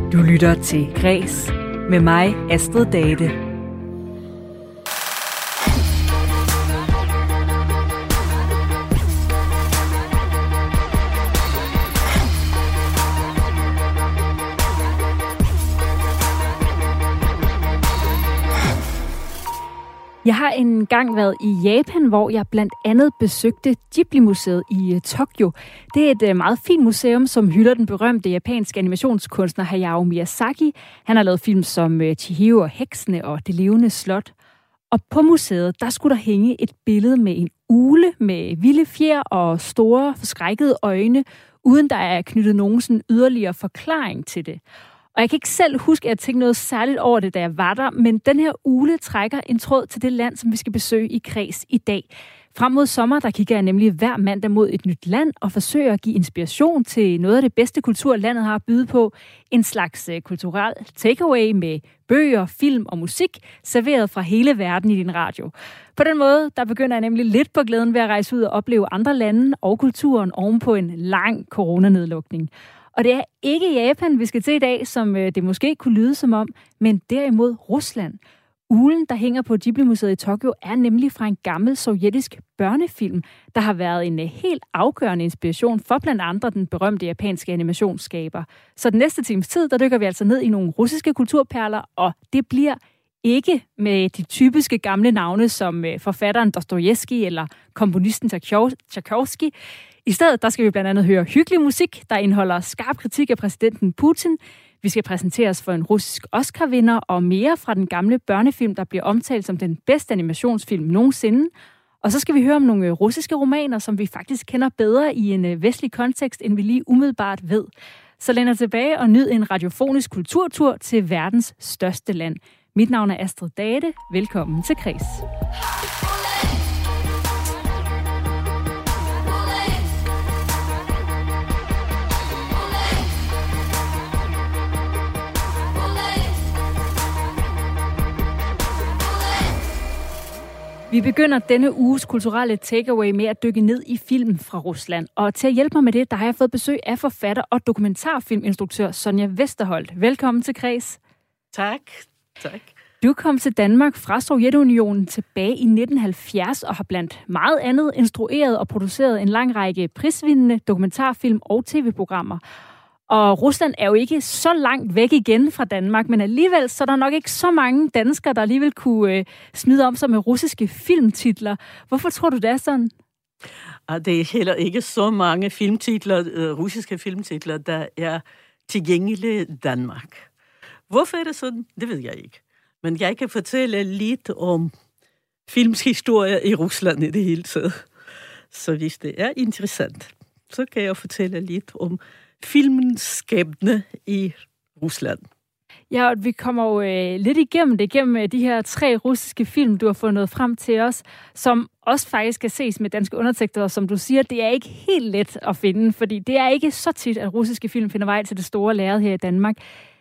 Du lytter til Græs med mig, Astrid Date. Jeg har engang været i Japan, hvor jeg blandt andet besøgte Ghibli-museet i Tokyo. Det er et meget fint museum, som hylder den berømte japanske animationskunstner Hayao Miyazaki. Han har lavet film som Chihiro og Heksene og Det levende slot. Og på museet, der skulle der hænge et billede med en ugle med vilde fjer og store, forskrækkede øjne, uden der er knyttet nogen sådan yderligere forklaring til det. Og jeg kan ikke selv huske, at jeg tænkte noget særligt over det, da jeg var der, men den her ugle trækker en tråd til det land, som vi skal besøge i Kreds i dag. Frem mod sommer, der kigger jeg nemlig hver mandag mod et nyt land og forsøger at give inspiration til noget af det bedste kultur, landet har at byde på. En slags kulturel takeaway med bøger, film og musik, serveret fra hele verden i din radio. På den måde, der begynder jeg nemlig lidt på glæden ved at rejse ud og opleve andre lande og kulturen ovenpå en lang coronanedlukning. Og det er ikke Japan, vi skal til i dag, som det måske kunne lyde som om, men derimod Rusland. Uglen, der hænger på Ghibli-museet i Tokyo, er nemlig fra en gammel sovjetisk børnefilm, der har været en helt afgørende inspiration for blandt andre den berømte japanske animationsskaber. Så den næste times tid, der dykker vi altså ned i nogle russiske kulturperler, og det bliver ikke med de typiske gamle navne som forfatteren Dostojevskij eller komponisten Tchaikovsky. I stedet der skal vi blandt andet høre hyggelig musik, der indeholder skarp kritik af præsidenten Putin. Vi skal præsenteres for en russisk Oscar-vinder og mere fra den gamle børnefilm, der bliver omtalt som den bedste animationsfilm nogensinde. Og så skal vi høre om nogle russiske romaner, som vi faktisk kender bedre i en vestlig kontekst, end vi lige umiddelbart ved. Så læn dig tilbage og nyd en radiofonisk kulturtur til verdens største land. Mit navn er Astrid Date. Velkommen til Kreds. Vi begynder denne uges kulturelle takeaway med at dykke ned i film fra Rusland. Og til at hjælpe mig med det, der har jeg fået besøg af forfatter og dokumentarfilminstruktør Sonja Vesterholt. Velkommen til Kreds. Tak. Du kom til Danmark fra Sovjetunionen tilbage i 1970 og har blandt meget andet instrueret og produceret en lang række prisvindende dokumentarfilm og tv-programmer. Og Rusland er jo ikke så langt væk igen fra Danmark, men alligevel så er der nok ikke så mange danskere, der alligevel kunne smide om sig med russiske filmtitler. Hvorfor tror du, det er sådan? Det er heller ikke så mange filmtitler, russiske filmtitler, der er tilgængelige i Danmark. Hvorfor er det sådan? Det ved jeg ikke. Men jeg kan fortælle lidt om films historie i Rusland i det hele taget. Så hvis det er interessant, så kan jeg fortælle lidt om filmens skæbne i Rusland. Ja, og vi kommer jo lidt igennem de her 3 russiske film, du har fundet frem til os, som også faktisk skal ses med danske undertekster, og som du siger, det er ikke helt let at finde, fordi det er ikke så tit, at russiske film finder vej til det store lærred her i Danmark.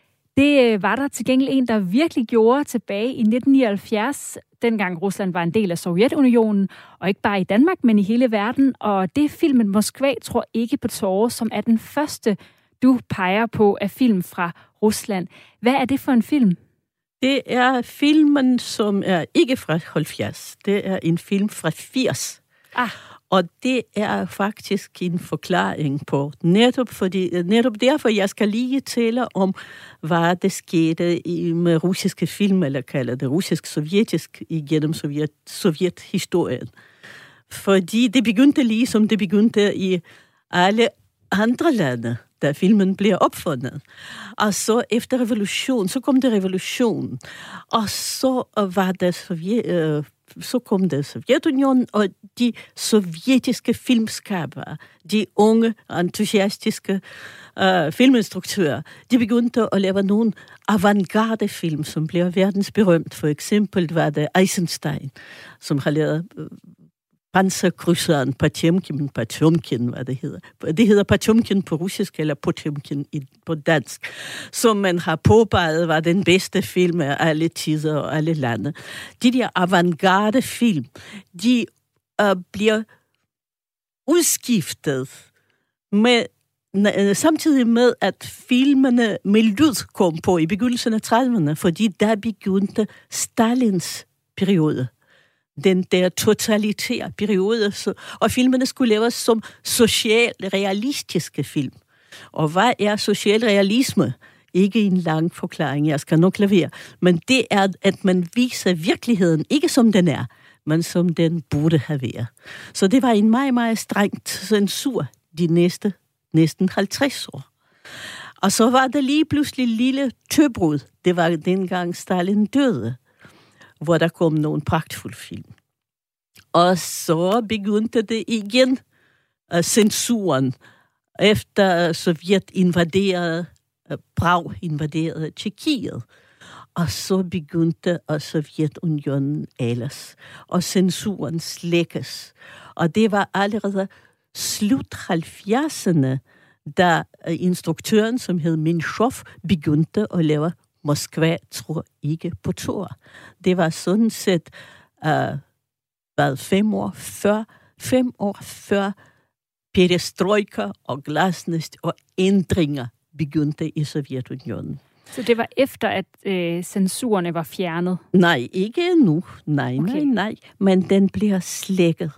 Det var der til gengæld en, der virkelig gjorde tilbage i 1979, dengang Rusland var en del af Sovjetunionen, og ikke bare i Danmark, men i hele verden. Og det er filmen Moskva tror ikke på tårer, som er den første, du peger på af film fra Rusland. Hvad er det for en film? Det er filmen, som er ikke fra 70. Det er en film fra 80. Og det er faktisk en forklaring på netop derfor, jeg skal lige tale om, hvad det skete med russiske film, eller kalder det russisk-sovjetisk, igennem sovjethistorien. Fordi det begyndte ligesom det begyndte i alle andre lande, da filmen bliver opfundet. Og så efter revolutionen, så kom det revolution, og så var det så kom det Sovjetunionen, og de sovjetiske filmskabere, de unge, entusiastiske filminstruktører, de begyndte at lave nogle avantgarde-film, som bliver verdensberømt. For eksempel var det Eisenstein, som har lavet Panserkrydseren Potemkin, hvad det hedder. Det hedder Potemkin på russisk, eller Potemkin på dansk, som man har påpeget var den bedste film af alle tider og alle lande. De der avantgarde-film, de bliver udskiftet med samtidig med, at filmene med lyd kom på i begyndelsen af 30'erne, fordi der begyndte Stalins periode. Den der totalitære periode, og filmene skulle laves som socialrealistiske film. Og hvad er socialrealisme? Ikke en lang forklaring, jeg skal nok levere. Men det er, at man viser virkeligheden ikke som den er, men som den burde have været. Så det var en meget, meget strengt censur de næsten 50 år. Og så var der lige pludselig lille tøbrud. Det var dengang Stalin døde, hvor der kom nogle pragtfulde film. Og så begyndte det igen censuren, efter Sovjet invaderede Prag invaderede Tjekkiet. Og så begyndte Sovjetunionen ellers, og censuren slækkes. Og det var allerede slut 70'erne, da instruktøren, som hed Menshov, begyndte at lave Moskva tror ikke på Thor. Det var sådan set 5 år før perestrojka og glasnost og ændringer begyndte i Sovjetunionen. Så det var efter, at censurerne var fjernet? Nej, ikke endnu. Nej. Men den bliver slækket.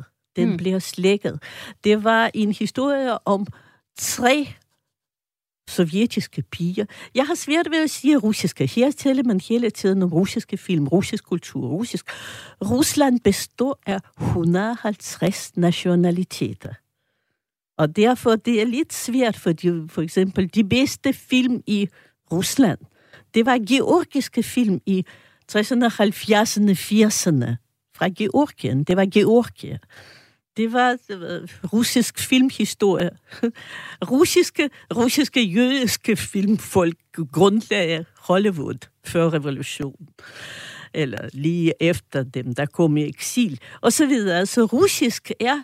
Det var en historie om 3 sovjetiske piger. Jeg har svært ved at sige russiske. Her taler man hele tiden om russiske film, russisk kultur, Rusland består af 150 nationaliteter. Og derfor det er lidt svært, for eksempel de bedste film i Rusland, det var georgiske film i 60'erne, 70'erne, 80'erne fra Georgien. Det var Georgien. Det var russisk filmhistorie. Russiske jødiske filmfolk grundlagde Hollywood før revolutionen. Eller lige efter dem, der kom i eksil. Og så videre. Altså russisk er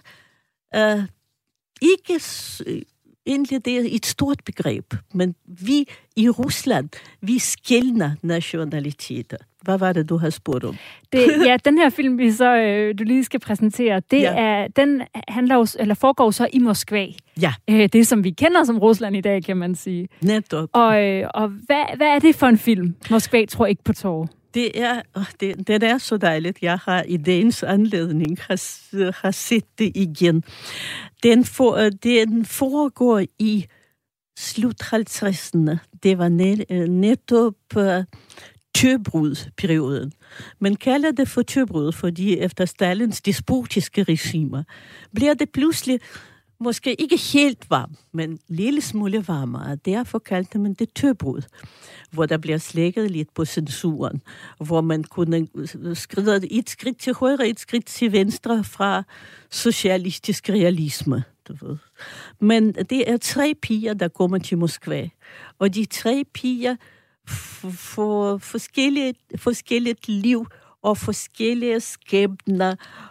ikke egentlig det er et stort begreb, men vi i Rusland, vi skelner nationaliteter. Hvad var det, du har spurgt om? Den her film, du lige skal præsentere, den handler jo, eller foregår så i Moskva. Ja. Det, som vi kender som Rusland i dag, kan man sige. Netop. Og hvad er det for en film? Moskva tror ikke på Thor. Det er så dejligt. Jeg har i dagens anledning har set det igen. Den foregår i slut 50'erne. Det var netop tøbrudperioden. Man kalder det for tøbrud, fordi efter Stalins despotiske regimer bliver det pludselig måske ikke helt varmt, men lille smule varmere. Derfor kaldte man det tøbrud, hvor der bliver slækket lidt på censuren, hvor man kunne skride et skridt til højre, et skridt til venstre fra socialistisk realisme. Du ved. Men det er 3 piger, der kommer til Moskva, og de 3 piger får forskelligt liv og forskellige skæbner,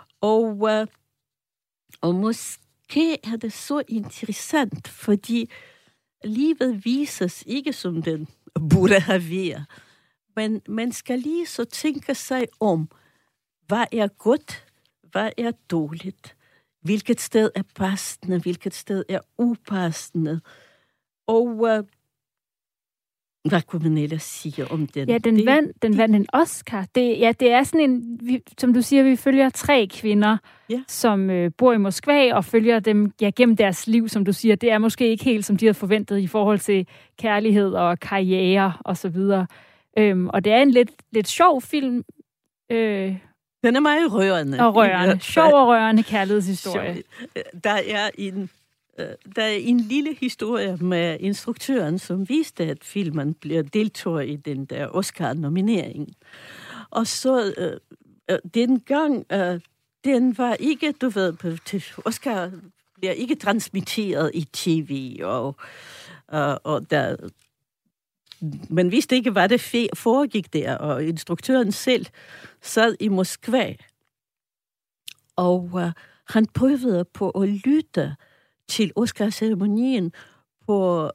og måske er det så interessant, fordi livet vises ikke som den burde have været. Men man skal lige så tænke sig om, hvad er godt, hvad er dårligt, hvilket sted er passende, hvilket sted er upassende, og hvad kunne man ellers sige om den? Ja, den vandt en Oscar. Det er sådan en, som du siger, vi følger 3 kvinder, som bor i Moskva, og følger dem gennem deres liv, som du siger. Det er måske ikke helt, som de havde forventet i forhold til kærlighed og karriere og så videre. Og det er en lidt sjov film. Den er meget rørende. Og rørende. Sjov og rørende kærlighedshistorie. Der er en lille historie med instruktøren, som viste, at filmen bliver deltog i den der Oscar-nominering. Og så dengang, den var ikke, du ved, til Oscar bliver ikke transmitteret i tv, og der, man vidste ikke, hvad det foregik der, og instruktøren selv sad i Moskva, og han prøvede på at lytte til Oscar-ceremonien på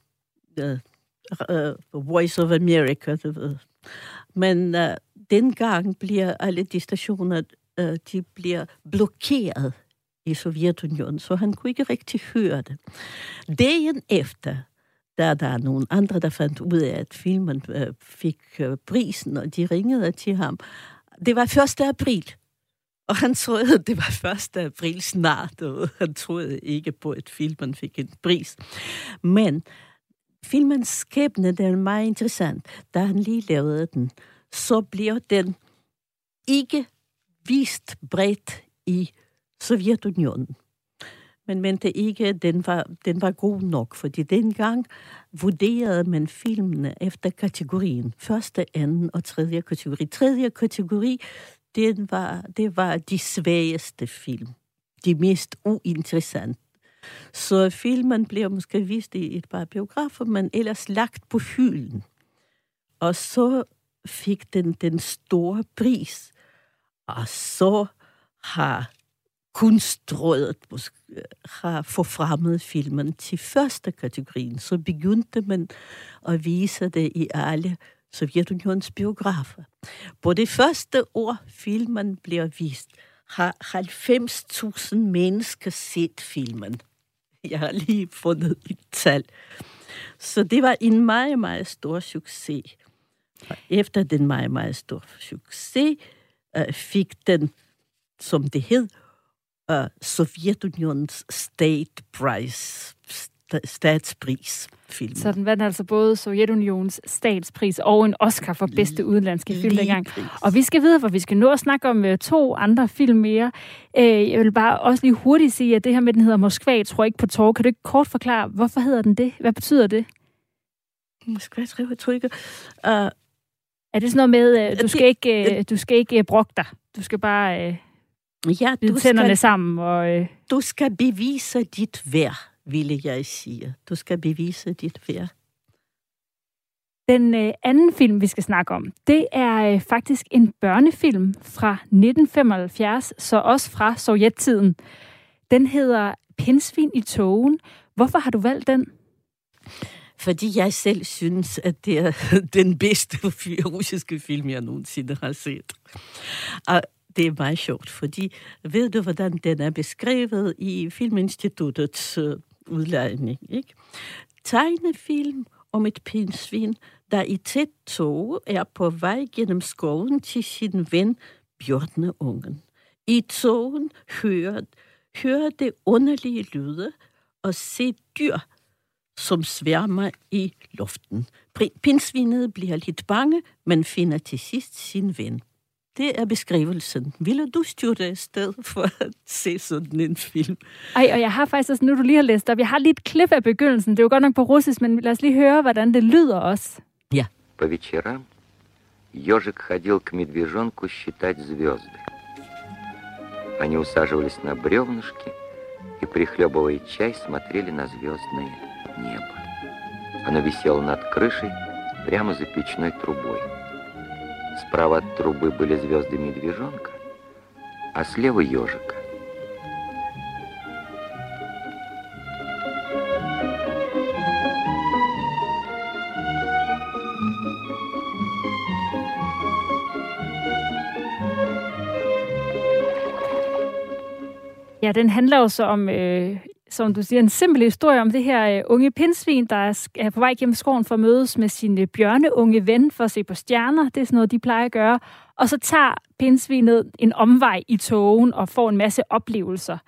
Voice of America. Men dengang bliver alle de stationer de bliver blokeret i Sovjetunionen, så han kunne ikke rigtig høre det. Dagen efter, der er nogle andre, der fandt ud af, at filmen fik prisen, og de ringede til ham. Det var 1. april, og han troede, at det var 1. april snart, og han troede ikke på, at filmen fik en pris. Men filmens skæbne, den er meget interessant. Da han lige lavede den, så blev den ikke vist bredt i Sovjetunionen. Men mente ikke, at den var god nok, fordi dengang vurderede man filmene efter kategorien. 1., 2. og 3. kategori. 3. kategori, det var de svageste film. De mest uinteressante. Så filmen blev måske vist i et par biografer, men ellers lagt på hylden. Og så fik den store pris. Og så har Kunstrådet har forfremmet filmen til 1. kategorien. Så begyndte man at vise det i alle Sovjetunions biografer. På det første år, filmen bliver vist, har 90.000 mennesker set filmen. Jeg har lige fundet et tal. Så det var en meget, meget stor succes. Og efter den meget, meget store succes, fik den, som det hed, Sovjetunionens statspris. Filmen. Så den vandt altså både Sovjetunionens statspris og en Oscar for bedste udenlandske film dengang. Og vi skal videre, for vi skal nå at snakke om 2 andre film mere. Jeg vil bare også lige hurtigt sige, at det her med, den hedder Moskva, tror jeg ikke på tår. Kan du ikke kort forklare, hvorfor hedder den det? Hvad betyder det? Moskva, tror jeg ikke. Er det sådan noget med, du skal ikke brokke dig? Du skal bare bide tænderne sammen? Og, Du skal bevise dit værd, ville jeg sige. Du skal bevise dit værd. Den anden film, vi skal snakke om, det er faktisk en børnefilm fra 1975, så også fra sovjettiden. Den hedder Pindsvin i tågen. Hvorfor har du valgt den? Fordi jeg selv synes, at det er den bedste russiske film, jeg nogensinde har set. Og det er meget sjovt, fordi ved du, hvordan den er beskrevet i Filminstituttets udlejning, ikke? Tegnefilm om et pindsvin, der i tæt tog er på vej gennem skoven til sin ven bjørneungen. I togen hører det underlige lyde og se dyr, som sværmer i luften. Pindsvinet bliver lidt bange, men finder til sidst sin ven. Det er beskrivelsen. Ville du styre et sted for at se sådan en film? Ej, og jeg har faktisk også, nu du lige har læst op, jeg har lige et klip af begyndelsen. Det er jo godt nok på russisk, men lad os lige høre, hvordan det lyder også. Ja. По вечерам ежик ходил к медвежонку считать звезды. Они усаживались на бревнышки и, прихлебывая чай, смотрели на звездное небо. Оно висело над крышей прямо за печной трубой. Справа от трубы были звезды медвежонка, а слева ежика. Ja, den handler jo så om, som du siger, en simpel historie om det her unge pindsvin, der er på vej gennem skoven for at mødes med sin bjørneunge ven for at se på stjerner. Det er sådan noget, de plejer at gøre. Og så tager pindsvinet en omvej i togen og får en masse oplevelser.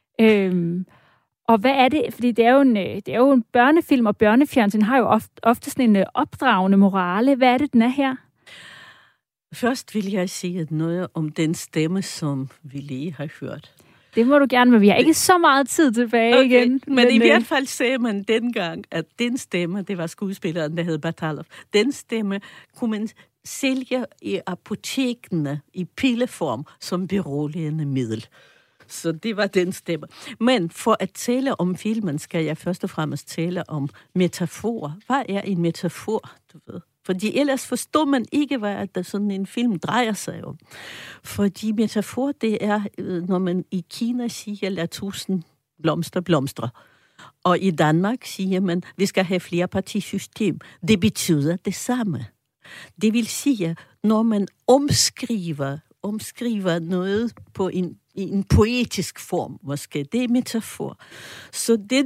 Og hvad er det? Fordi det er jo en børnefilm, og børnefjernsyn har jo ofte sådan en opdragende morale. Hvad er det, den er her? Først vil jeg sige noget om den stemme, som vi lige har hørt. Det må du gerne, men vi har ikke så meget tid tilbage igen. Men i hvert fald sagde man dengang, at den stemme, det var skuespilleren, der hed Batalov, den stemme kunne man sælge i apotekene i pilleform som beroligende middel. Så det var den stemme. Men for at tale om filmen, skal jeg først og fremmest tale om metaforer. Hvad er en metafor, du ved? Fordi ellers forstår man ikke, hvad der sådan en film drejer sig om. Fordi metafor, det er, når man i Kina siger, lad tusind blomster blomstre. Og i Danmark siger man, vi skal have flerpartisystem. Det betyder det samme. Det vil sige, når man omskriver noget på en en poetisk form, måske. Det er metafor. Så den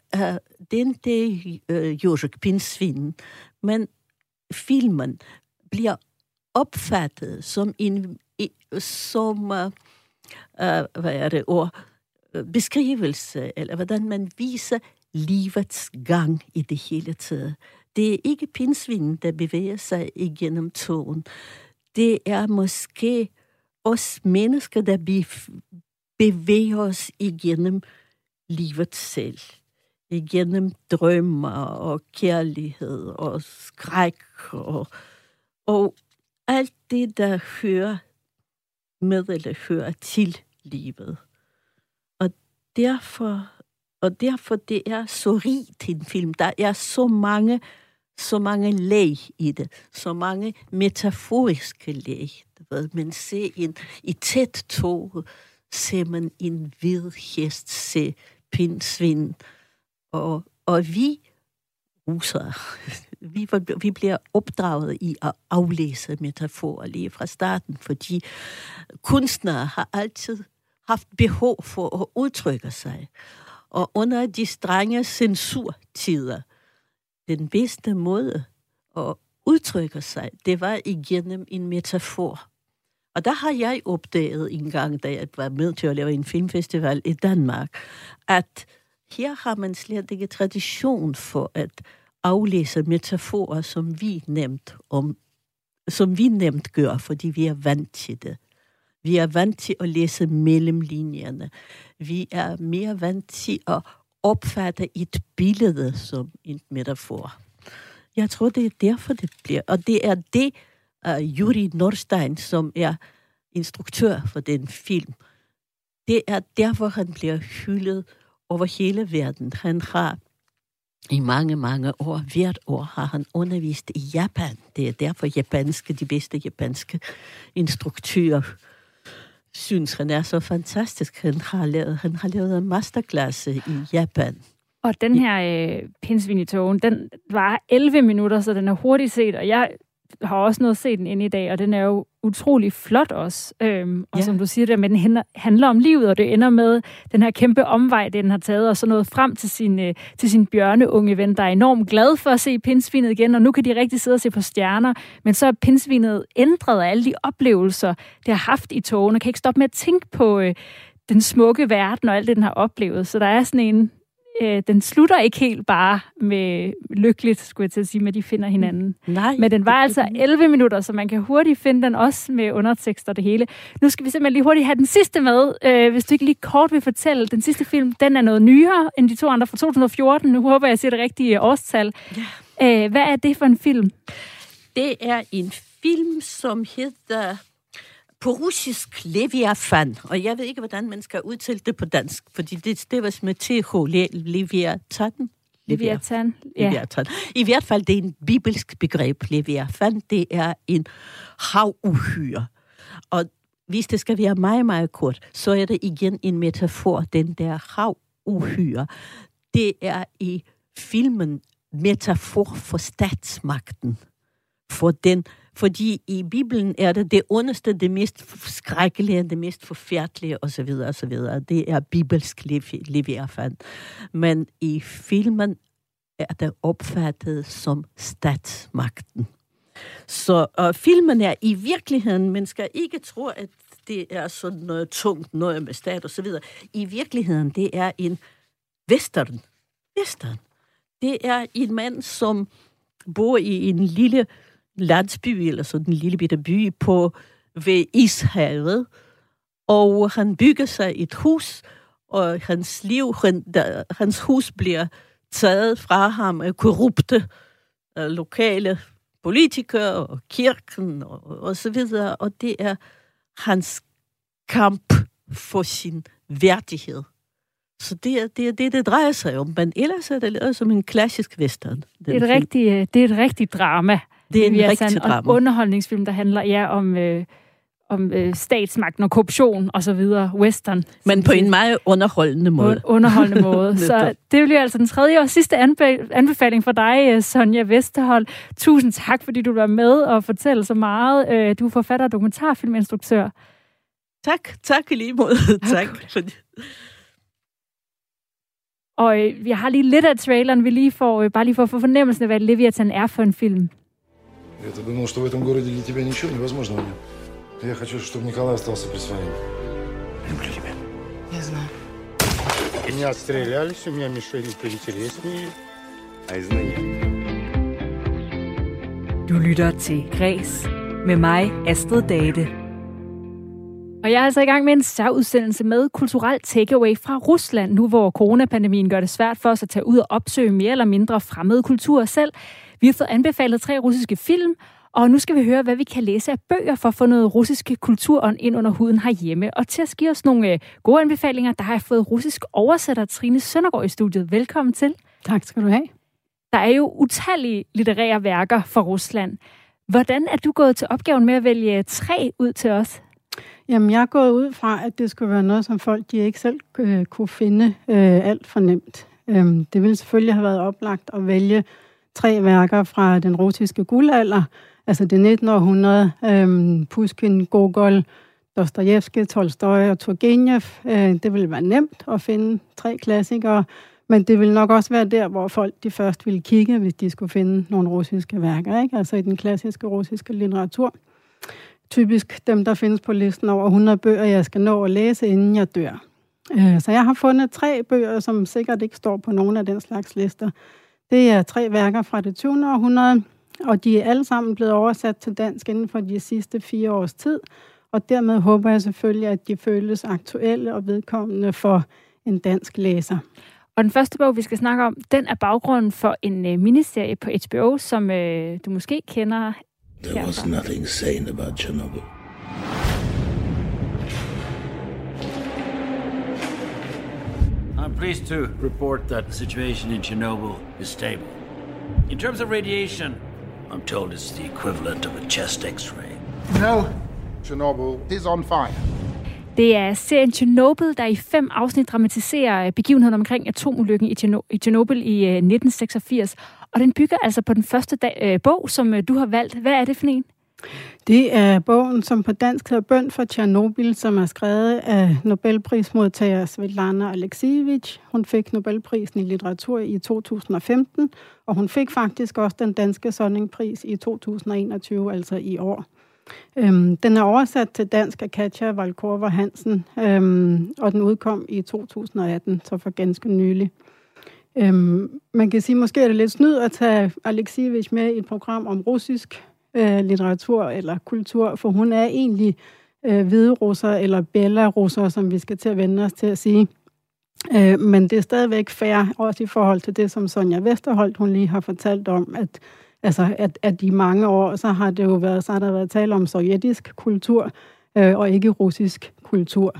der Jožek Pindsvin, men filmen bliver opfattet som beskrivelse, eller hvordan man viser livets gang i det hele taget. Det er ikke pindsvinen, der bevæger sig igennem togen. Det er måske os mennesker, der bevæger os igennem livet selv. Igennem drømmer og kærlighed og skræk og alt det, der hører med eller hører til livet. Og derfor det er så rigt en film. Der er så mange lag i det. Så mange metaforiske lag. Man ser i tæt tog, ser man en hvid hest, ser pindsvin. Og vi rusere, vi bliver opdraget i at aflæse metaforer lige fra starten, fordi kunstnere har altid haft behov for at udtrykke sig. Og under de strenge censurtider, den bedste måde at udtrykke sig, det var igennem en metafor. Og der har jeg opdaget en gang, da jeg var med til at lave en filmfestival i Danmark, at her har man slet ikke tradition for at aflæse metaforer, som vi nemt gør, fordi vi er vant til det. Vi er vant til at læse mellemlinjerne. Vi er mere vant til at opfatte et billede som en metafor. Jeg tror, det er derfor, det bliver. Og det er det, Juri Norstein, som er instruktør for den film. Det er derfor, han bliver hyldet over hele verden. Han har i mange, mange år, hvert år har han undervist i Japan. Det er derfor de bedste japanske instruktører synes, han er så fantastisk. Han har lavet en masterklasse i Japan. Og den her pindsvin i togen, den var 11 minutter, så den er hurtigt set, og jeg har også nået at se den inde i dag, og den er jo utrolig flot også. Og som du siger, den handler om livet, og det ender med den her kæmpe omvej, den har taget, og så nået frem til sin bjørneunge ven, der er enormt glad for at se pindsvinet igen, og nu kan de rigtig sidde og se på stjerner, men så er pindsvinet ændret af alle de oplevelser, det har haft i togen, og kan ikke stoppe med at tænke på den smukke verden og alt det, den har oplevet. Så der er sådan en den slutter ikke helt bare med lykkeligt, skulle jeg til at sige, med at de finder hinanden. Nej. Men den var altså 11 minutter, så man kan hurtigt finde den også med undertekster og det hele. Nu skal vi simpelthen lige hurtigt have den sidste med. Hvis du ikke lige kort vil fortælle, den sidste film, den er noget nyere end de to andre fra 2014. Nu håber jeg siger det rigtige årstal. Ja. Hvad er det for en film? Det er en film, som hedder på russisk Leviathan, og jeg ved ikke, hvordan man skal udtale det på dansk, fordi det var med TH, Leviathan. Leviathan, ja. Leviathan. I hvert fald, det er en bibelsk begreb, Leviathan. Det er en havuhyre. Og hvis det skal være meget, meget kort, så er det igen en metafor, den der havuhyre. Det er i filmen metafor for statsmagten. Fordi i Bibelen er det ondeste, det mest skrækkelige, det mest forfærdelige osv. osv. Det er bibelsk Leviathan. Men i filmen er det opfattet som statsmagten. Så filmen er i virkeligheden, man skal ikke tro, at det er sådan noget tungt, noget med stat osv. I virkeligheden, det er en western. Det er en mand, som bor i en lille landsby, eller sådan en lille bitte by ved Ishavet, og han bygger sig et hus, og hans hus bliver taget fra ham af korrupte lokale politikere og kirken og så videre, og det er hans kamp for sin værdighed. Så det er det drejer sig om, men ellers er det lavet som en klassisk western. Det er et rigtigt drama. Det er en rigtig drama. Og en underholdningsfilm, der handler om statsmagten og korruption og så videre. Western. Men på en meget underholdende måde. Så det bliver altså den tredje og sidste anbefaling for dig, Sonja Vesterholt. Tusind tak, fordi du var med og fortælle så meget. Du er forfatter og dokumentarfilminstruktør. Tak i lige måde. Tak. Og jeg har lige lidt af traileren, vi lige får, bare lige for at få fornemmelsen af, hvad Leviathan er for en film. Я-то думал, что в этом городе для тебя ничего невозможного нет. Я хочу, чтобы Николай остался при своем. Люблю тебя. Я знаю. Не отстрелялись, у меня мишень поинтереснее. А из ныне. Du lytter til Græs med mig, Astrid Date. Og jeg er altså i gang med en særudsendelse med kulturel takeaway fra Rusland, nu hvor coronapandemien gør det svært for os at tage ud og opsøge mere eller mindre fremmede kulturer selv. Vi har fået anbefalet 3 russiske film, og nu skal vi høre, hvad vi kan læse af bøger for at få noget russisk kulturånd ind under huden herhjemme. Og til at give os nogle gode anbefalinger, der har jeg fået russisk oversætter Trine Søndergaard i studiet. Velkommen til. Tak skal du have. Der er jo utallige litterære værker fra Rusland. Hvordan er du gået til opgaven med at vælge 3 ud til os? Jamen, jeg er gået ud fra, at det skulle være noget, som folk de ikke selv kunne finde alt for nemt. Det ville selvfølgelig have været oplagt at vælge 3 værker fra den russiske guldalder, altså det 19. århundrede, Pushkin, Gogol, Dostojevskij, Tolstoj og Turgenev. Det ville være nemt at finde 3 klassikere, men det ville nok også være der, hvor folk de først ville kigge, hvis de skulle finde nogle russiske værker, ikke? Altså i den klassiske russiske litteratur. Typisk dem, der findes på listen over 100 bøger, jeg skal nå at læse, inden jeg dør. Så jeg har fundet 3 bøger, som sikkert ikke står på nogen af den slags lister. Det er 3 værker fra det 20. århundrede, og de er alle sammen blevet oversat til dansk inden for de sidste 4 års tid, og dermed håber jeg selvfølgelig, at de føles aktuelle og vedkommende for en dansk læser. Og den første bog, vi skal snakke om, den er baggrunden for en miniserie på HBO, som du måske kender. There was nothing sane about Chernobyl. I'm pleased to report that the situation in Chernobyl is stable. In terms of radiation, I'm told it's the equivalent of a chest x-ray. No, Chernobyl is on fire. Det er serien Chernobyl, der i 5 afsnit dramatiserer begivenheden omkring atomulykken i Chernobyl i 1986. Og den bygger altså på den første bog, som du har valgt. Hvad er det for en? Det er bogen, som på dansk hedder Bøn for Tjernobyl, som er skrevet af Nobelprismodtager Svetlana Aleksijevitj. Hun fik Nobelprisen i litteratur i 2015, og hun fik faktisk også den danske Sonningpris i 2021, altså i år. Den er oversat til dansk af Katja Valkorva Hansen, og den udkom i 2018, så for ganske nylig. Man kan sige, måske er det lidt snyd at tage Aleksijevitj med i et program om russisk litteratur eller kultur, for hun er egentlig hvide russer eller belarusser, som vi skal til at vende os til at sige. Men det er stadigvæk fair, også i forhold til det, som Sonja Vesterholt, hun lige har fortalt om, at i mange år, så har det jo været, så har der været tale om sovjetisk kultur, og ikke russisk kultur.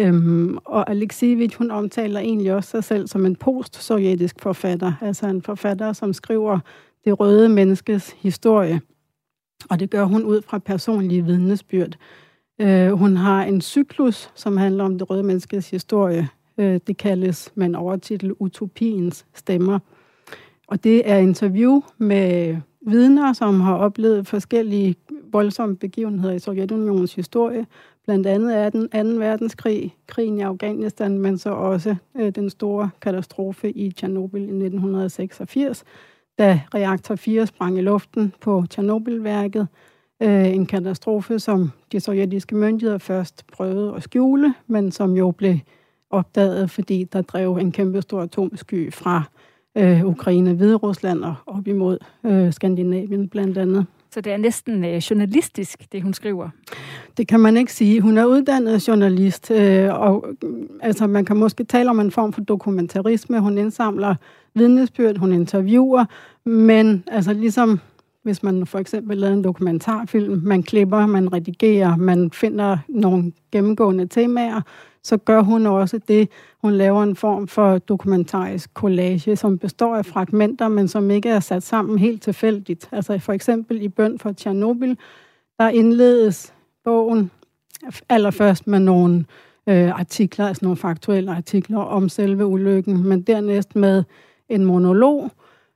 Og Aleksijevitj, hun omtaler egentlig også sig selv som en post-sovjetisk forfatter, altså en forfatter, som skriver det røde menneskes historie. Og det gør hun ud fra personlige vidnesbyrd. Hun har en cyklus, som handler om det røde menneskes historie. Det kaldes med en overtitel Utopiens stemmer. Og det er interview med vidner, som har oplevet forskellige voldsomme begivenheder i Sovjetunionens historie. Blandt andet er den 2. verdenskrig, krigen i Afghanistan, men så også den store katastrofe i Tjernobyl i 1986, da reaktor 4 sprang i luften på Tjernobylværket. En katastrofe, som de sovjetiske myndigheder først prøvede at skjule, men som jo blev opdaget, fordi der drev en kæmpestor atomsky fra Ukraine, Hviderusland og op imod Skandinavien blandt andet. Så det er næsten journalistisk, det hun skriver? Det kan man ikke sige. Hun er uddannet journalist, og altså, man kan måske tale om en form for dokumentarisme. Hun indsamler vidnesbyrd, hun interviewer, men altså ligesom hvis man for eksempel lavede en dokumentarfilm, man klipper, man redigerer, man finder nogle gennemgående temaer, så gør hun også det. Hun laver en form for dokumentarisk collage, som består af fragmenter, men som ikke er sat sammen helt tilfældigt. Altså for eksempel i Bøn for Tjernobyl, der indledes bogen allerførst med nogle artikler, altså nogle faktuelle artikler om selve ulykken, men dernæst med en monolog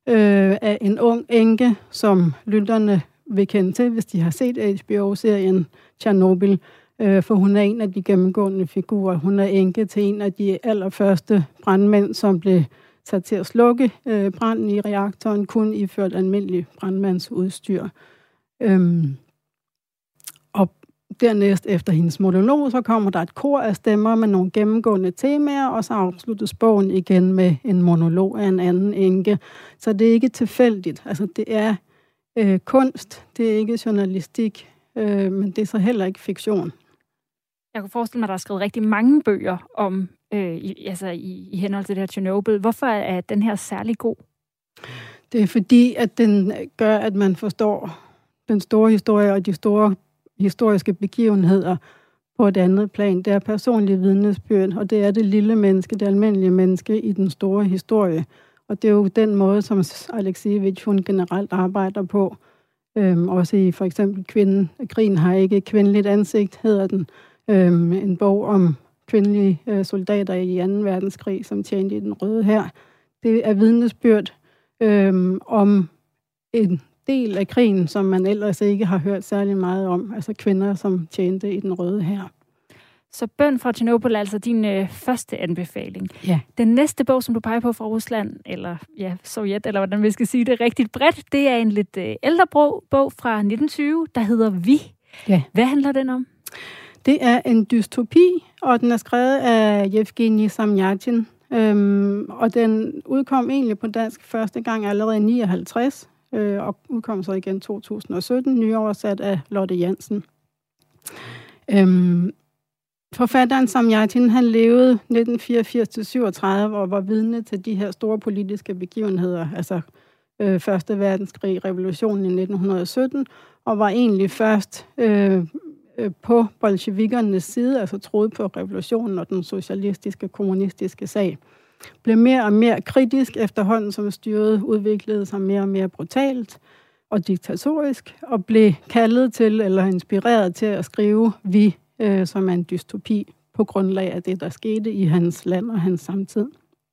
af en ung enke, som lytterne vil kende til, hvis de har set HBO-serien Tjernobyl, for hun er en af de gennemgående figurer. Hun er enke til en af de allerførste brandmænd, som blev sat til at slukke branden i reaktoren, kun iført almindelig brandmandsudstyr. Og dernæst efter hendes monolog, så kommer der et kor af stemmer med nogle gennemgående temaer, og så afsluttes bogen igen med en monolog af en anden enke. Så det er ikke tilfældigt. Altså, det er kunst, det er ikke journalistik, men det er så heller ikke fiktion. Jeg kunne forestille mig, at der er skrevet rigtig mange bøger om, i henhold til det her Chernobyl. Hvorfor er den her særlig god? Det er fordi, at den gør, at man forstår den store historie og de store historiske begivenheder på et andet plan. Det er personlige vidnesbyrd, og det er det lille menneske, det almindelige menneske i den store historie. Og det er jo den måde, som Alexievich hun generelt arbejder på. Også i for eksempel Krigen har ikke et kvindeligt ansigt, hedder den. En bog om kvindelige soldater i 2. verdenskrig, som tjente i den Røde Hær. Det er vidnesbyrd om en del af krigen, som man ellers ikke har hørt særlig meget om. Altså kvinder, som tjente i den Røde Hær. Så Bøn fra Chernobyl er altså din første anbefaling. Ja. Den næste bog, som du peger på fra Rusland, eller Sovjet, eller hvordan vi skal sige det rigtigt bredt, det er en lidt ældre bog fra 1920, der hedder Vi. Ja. Hvad handler den om? Det er en dystopi, og den er skrevet af Yevgeny Samyatin. Og den udkom egentlig på dansk første gang allerede i 59, og udkom så igen 2017, nyoversat af Lotte Jansen. Forfatteren Samyatin, han levede 1984-37 og var vidne til de her store politiske begivenheder, altså Første Verdenskrig, revolutionen i 1917, og var egentlig først på bolsjevikernes side, altså troede på revolutionen og den socialistiske, kommunistiske sag. Blev mere og mere kritisk efterhånden, som styret udviklede sig mere og mere brutalt og diktatorisk, og blev kaldet til eller inspireret til at skrive Vi, som er en dystopi på grundlag af det, der skete i hans land og hans samtid.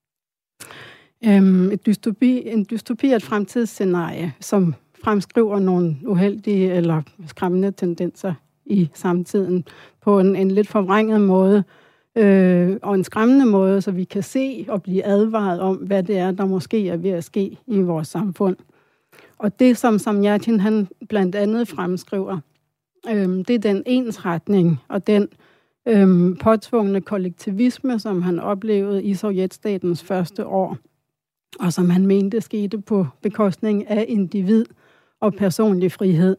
En dystopi er et fremtidsscenarie, som fremskriver nogle uheldige eller skræmmende tendenser i samtiden på en lidt forvrænget måde, og en skræmmende måde, så vi kan se og blive advaret om, hvad det er, der måske er ved at ske i vores samfund. Og det, som Samyatin han blandt andet fremskriver, det er den ensretning og den påtvungne kollektivisme, som han oplevede i Sovjetstatens første år, og som han mente skete på bekostning af individ og personlig frihed.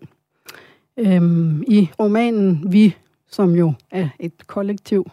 I romanen Vi, som jo er et kollektiv,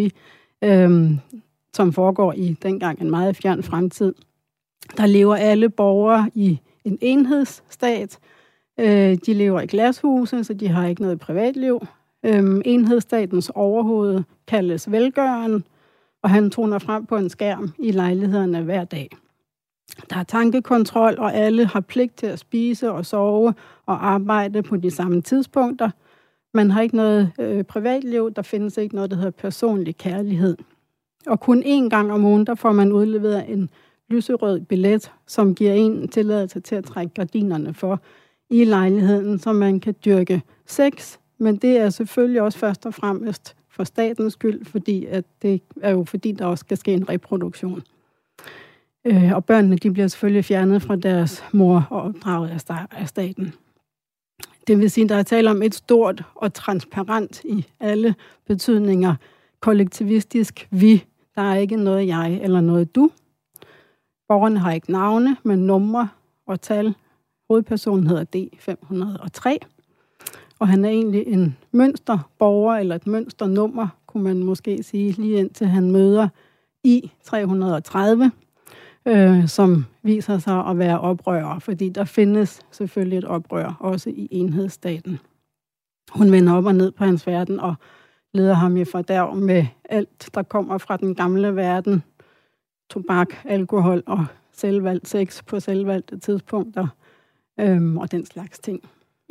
som foregår i dengang en meget fjern fremtid, der lever alle borgere i en enhedsstat. De lever i glashuse, så de har ikke noget privatliv. Enhedsstatens overhoved kaldes velgøren, og han toner frem på en skærm i lejlighederne hver dag. Der er tankekontrol, og alle har pligt til at spise og sove og arbejde på de samme tidspunkter. Man har ikke noget privatliv, der findes ikke noget, der hedder personlig kærlighed. Og kun én gang om ugen, der får man udleveret en lyserød billet, som giver en tilladelse til at trække gardinerne for i lejligheden, så man kan dyrke sex. Men det er selvfølgelig også først og fremmest for statens skyld, fordi at det er jo fordi, der også skal ske en reproduktion. Og børnene, de bliver selvfølgelig fjernet fra deres mor og opdraget af staten. Det vil sige, at der er tale om et stort og transparent i alle betydninger kollektivistisk vi. Der er ikke noget jeg eller noget du. Borgerne har ikke navne, men numre og tal. Hovedpersonen hedder D503. Og han er egentlig en mønsterborger eller et mønsternummer, kunne man måske sige, lige indtil han møder I330. Som viser sig at være oprører, fordi der findes selvfølgelig et oprør, også i enhedsstaten. Hun vender op og ned på hans verden og leder ham i fordærv med alt, der kommer fra den gamle verden. Tobak, alkohol og selvvalgt sex på selvvalgte tidspunkter og den slags ting.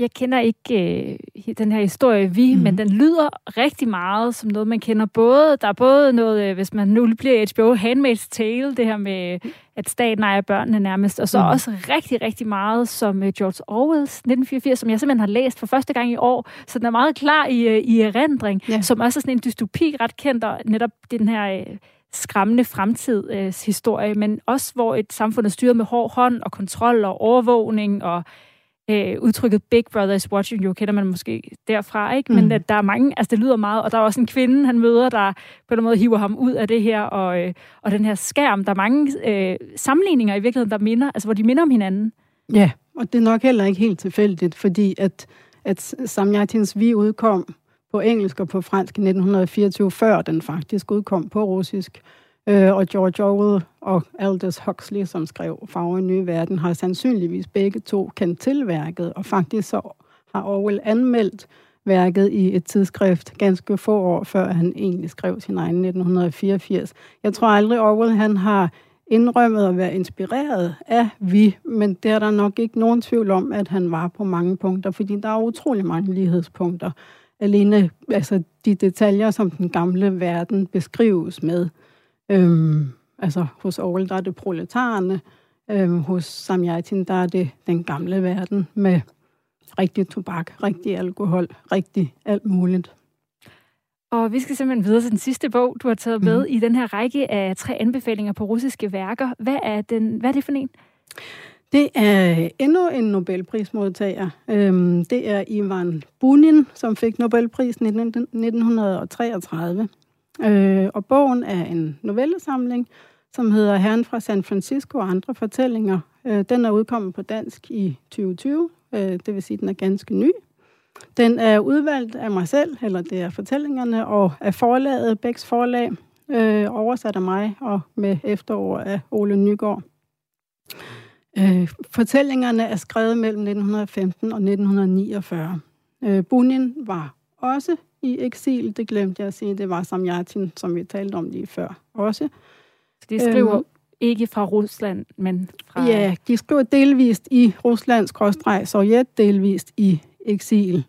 Jeg kender ikke den her historie, men den lyder rigtig meget som noget, man kender både. Der er både noget, hvis man nu bliver HBO, Handmaid's Tale, det her med, at staten ejer børnene nærmest, og så også rigtig, rigtig meget som George Orwells 1984, som jeg simpelthen har læst for første gang i år, så den er meget klar i erindring, som også er sådan en dystopi, ret kendt, og netop den her skræmmende fremtidshistorie, men også hvor et samfund er styret med hård hånd og kontrol og overvågning og udtrykket Big Brother is watching you, kender man måske derfra, ikke? Men der er mange, altså det lyder meget, og der er også en kvinde, han møder, der på en måde hiver ham ud af det her, og den her skærm, der er mange sammenligninger i virkeligheden, der minder, altså hvor de minder om hinanden. Ja, og det er nok heller ikke helt tilfældigt, fordi at Samjatins Vi udkom på engelsk og på fransk i 1924, før den faktisk udkom på russisk. Og George Orwell og Aldous Huxley, som skrev Farver i Nye Verden, har sandsynligvis begge to kendt til værket, og faktisk så har Orwell anmeldt værket i et tidsskrift ganske få år, før han egentlig skrev sin egen 1984. Jeg tror aldrig, Orwell han har indrømmet at være inspireret af Vi, men det er der nok ikke nogen tvivl om, at han var på mange punkter, fordi der er utrolig mange lighedspunkter. Alene altså de detaljer, som den gamle verden beskrives med. Altså hos Orwell, der er det proletarerne. Hos Samjatin, der er det den gamle verden med rigtig tobak, rigtig alkohol, rigtig alt muligt. Og vi skal simpelthen videre til den sidste bog, du har taget med i den her række af 3 anbefalinger på russiske værker. Hvad er det for en? Det er endnu en Nobelprismodtager. Det er Ivan Bunin, som fik Nobelprisen i 1933. Og bogen er en novellesamling, som hedder Herren fra San Francisco og andre fortællinger. Den er udkommet på dansk i 2020, det vil sige, at den er ganske ny. Den er udvalgt af mig selv, eller det er fortællingerne, og af forlaget, Bæks forlag, oversat af mig og med efterord af Ole Nygaard. Fortællingerne er skrevet mellem 1915 og 1949. Bunin var også i eksil, det glemte jeg at sige, det var Samjatin, som vi talte om lige før også. Så de skriver ikke fra Rusland, men fra... Ja, de skriver delvist i Rusland/Sovjet, delvist i eksil.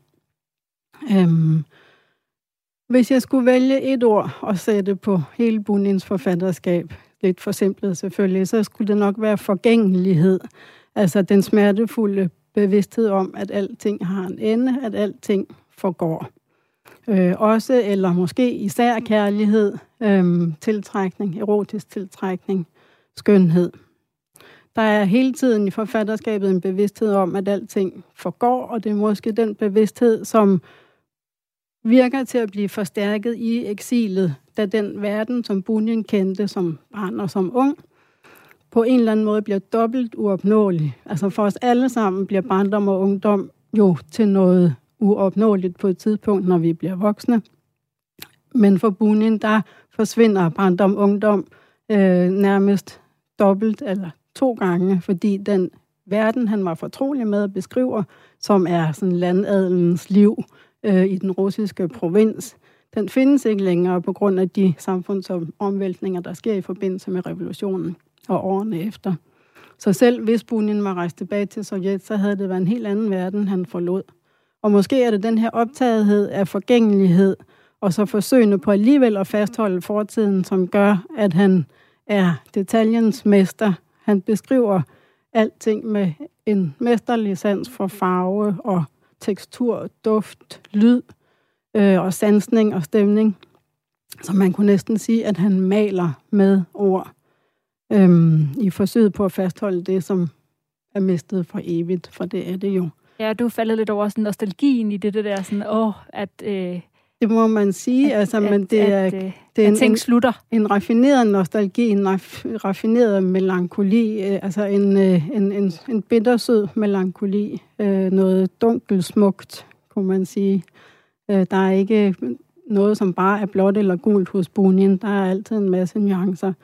Hvis jeg skulle vælge et ord og sætte på hele Bunins forfatterskab, lidt forsimplet selvfølgelig, så skulle det nok være forgængelighed. Altså den smertefulde bevidsthed om, at alting har en ende, at alting forgår. Også, eller måske især kærlighed, tiltrækning, erotisk tiltrækning, skønhed. Der er hele tiden i forfatterskabet en bevidsthed om, at alting forgår, og det er måske den bevidsthed, som virker til at blive forstærket i eksilet, da den verden, som Bunin kendte som barn og som ung, på en eller anden måde bliver dobbelt uopnåelig. Altså for os alle sammen bliver barndom og ungdom jo til noget uopnåeligt på et tidspunkt, når vi bliver voksne. Men for Bunin, der forsvinder barndom og ungdom nærmest dobbelt eller 2 gange, fordi den verden, han var fortrolig med at beskrive, som er sådan landadelens liv i den russiske provins, den findes ikke længere på grund af de samfundsomvæltninger, der sker i forbindelse med revolutionen og årene efter. Så selv hvis Bunin var rejst tilbage til Sovjet, så havde det været en helt anden verden, han forlod. Og måske er det den her optagethed af forgængelighed, og så forsøgende på alligevel at fastholde fortiden, som gør, at han er detaljens mester. Han beskriver alting med en mesterlig sans for farve og tekstur, duft, lyd og sansning og stemning. Så man kunne næsten sige, at han maler med ord i forsøget på at fastholde det, som er mistet for evigt, for det er det jo. Ja, du faldet lidt over sådan nostalgien i det der sådan, det må man sige, men det er ting slutter. En raffineret nostalgi, en raffineret melankoli, altså en bittersød melankoli, noget dunkelt smukt, kunne man sige. Der er ikke noget, som bare er blåt eller gult hos Bunin. Der er altid en masse nuancer.